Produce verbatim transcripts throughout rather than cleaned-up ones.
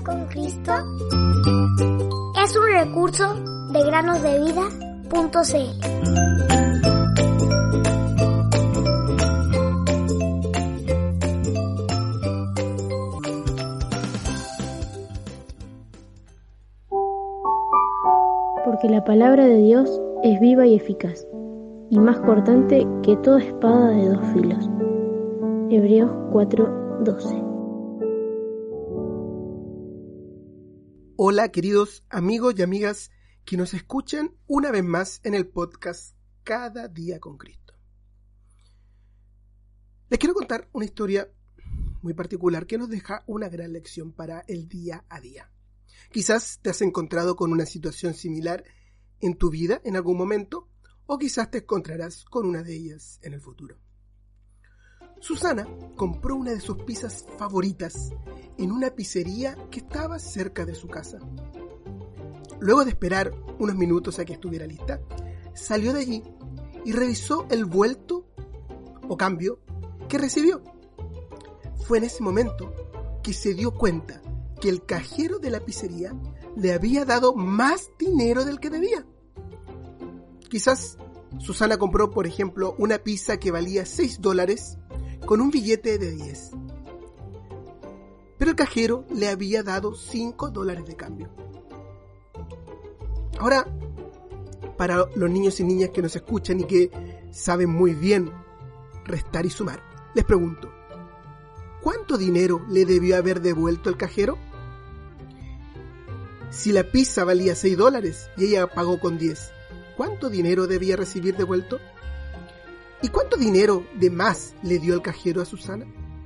con Cristo es un recurso de granosdevida punto c l. Porque la palabra de Dios es viva y eficaz, y más cortante que toda espada de dos filos. Hebreos cuatro doce. Hola queridos amigos y amigas que nos escuchan una vez más en el podcast Cada Día con Cristo. Les quiero contar una historia muy particular que nos deja una gran lección para el día a día. Quizás te has encontrado con una situación similar en tu vida en algún momento, o quizás te encontrarás con una de ellas en el futuro. Susana compró una de sus pizzas favoritas en una pizzería que estaba cerca de su casa. Luego de esperar unos minutos a que estuviera lista, salió de allí y revisó el vuelto o cambio que recibió. Fue en ese momento que se dio cuenta que el cajero de la pizzería le había dado más dinero del que debía. Quizás Susana compró, por ejemplo, una pizza que valía seis dólares con un billete de diez. Pero el cajero le había dado cinco dólares de cambio. Ahora, para los niños y niñas que nos escuchan y que saben muy bien restar y sumar, les pregunto, ¿cuánto dinero le debió haber devuelto el cajero? Si la pizza valía seis dólares y ella pagó con diez, ¿cuánto dinero debía recibir devuelto? ¿Y cuánto dinero de más le dio el cajero a Susana?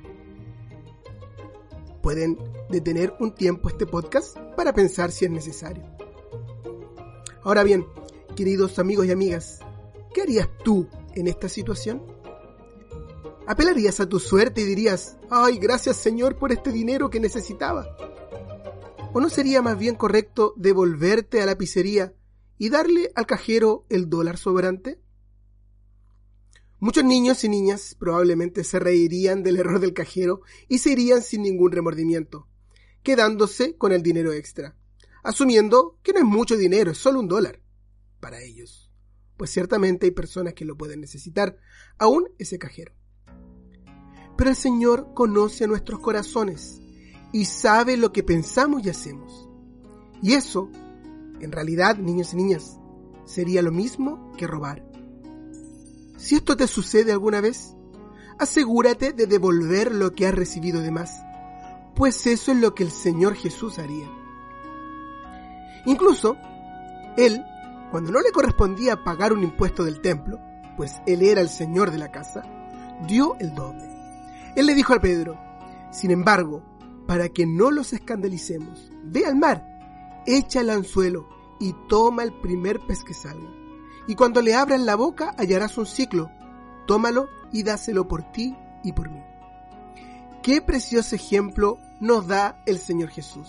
Pueden detener un tiempo este podcast para pensar si es necesario. Ahora bien, queridos amigos y amigas, ¿qué harías tú en esta situación? ¿Apelarías a tu suerte y dirías, ¡ay, gracias Señor por este dinero que necesitaba! ¿O no sería más bien correcto devolverte a la pizzería y darle al cajero el dólar sobrante? Muchos niños y niñas probablemente se reirían del error del cajero y se irían sin ningún remordimiento, quedándose con el dinero extra, asumiendo que no es mucho dinero, es solo un dólar para ellos, pues ciertamente hay personas que lo pueden necesitar, aún ese cajero. Pero el Señor conoce nuestros corazones y sabe lo que pensamos y hacemos. Y eso, en realidad, niños y niñas, sería lo mismo que robar. Si esto te sucede alguna vez, asegúrate de devolver lo que has recibido de más, pues eso es lo que el Señor Jesús haría. Incluso, Él, cuando no le correspondía pagar un impuesto del templo, pues Él era el Señor de la casa, dio el doble. Él le dijo a Pedro, sin embargo, para que no los escandalicemos, ve al mar, echa el anzuelo y toma el primer pez que salga. Y cuando le abran la boca hallarás un ciclo, tómalo y dáselo por ti y por mí. Qué precioso ejemplo nos da el Señor Jesús.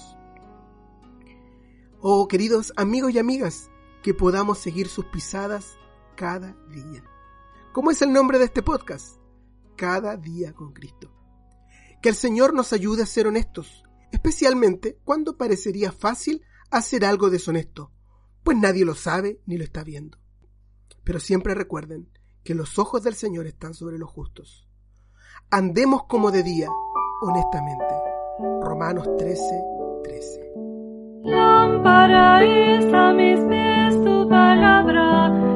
Oh, queridos amigos y amigas, que podamos seguir sus pisadas cada día. ¿Cómo es el nombre de este podcast? Cada Día con Cristo. Que el Señor nos ayude a ser honestos, especialmente cuando parecería fácil hacer algo deshonesto, pues nadie lo sabe ni lo está viendo. Pero siempre recuerden que los ojos del Señor están sobre los justos. Andemos como de día, honestamente. Romanos trece, trece. Lámpara es a mis pies tu palabra,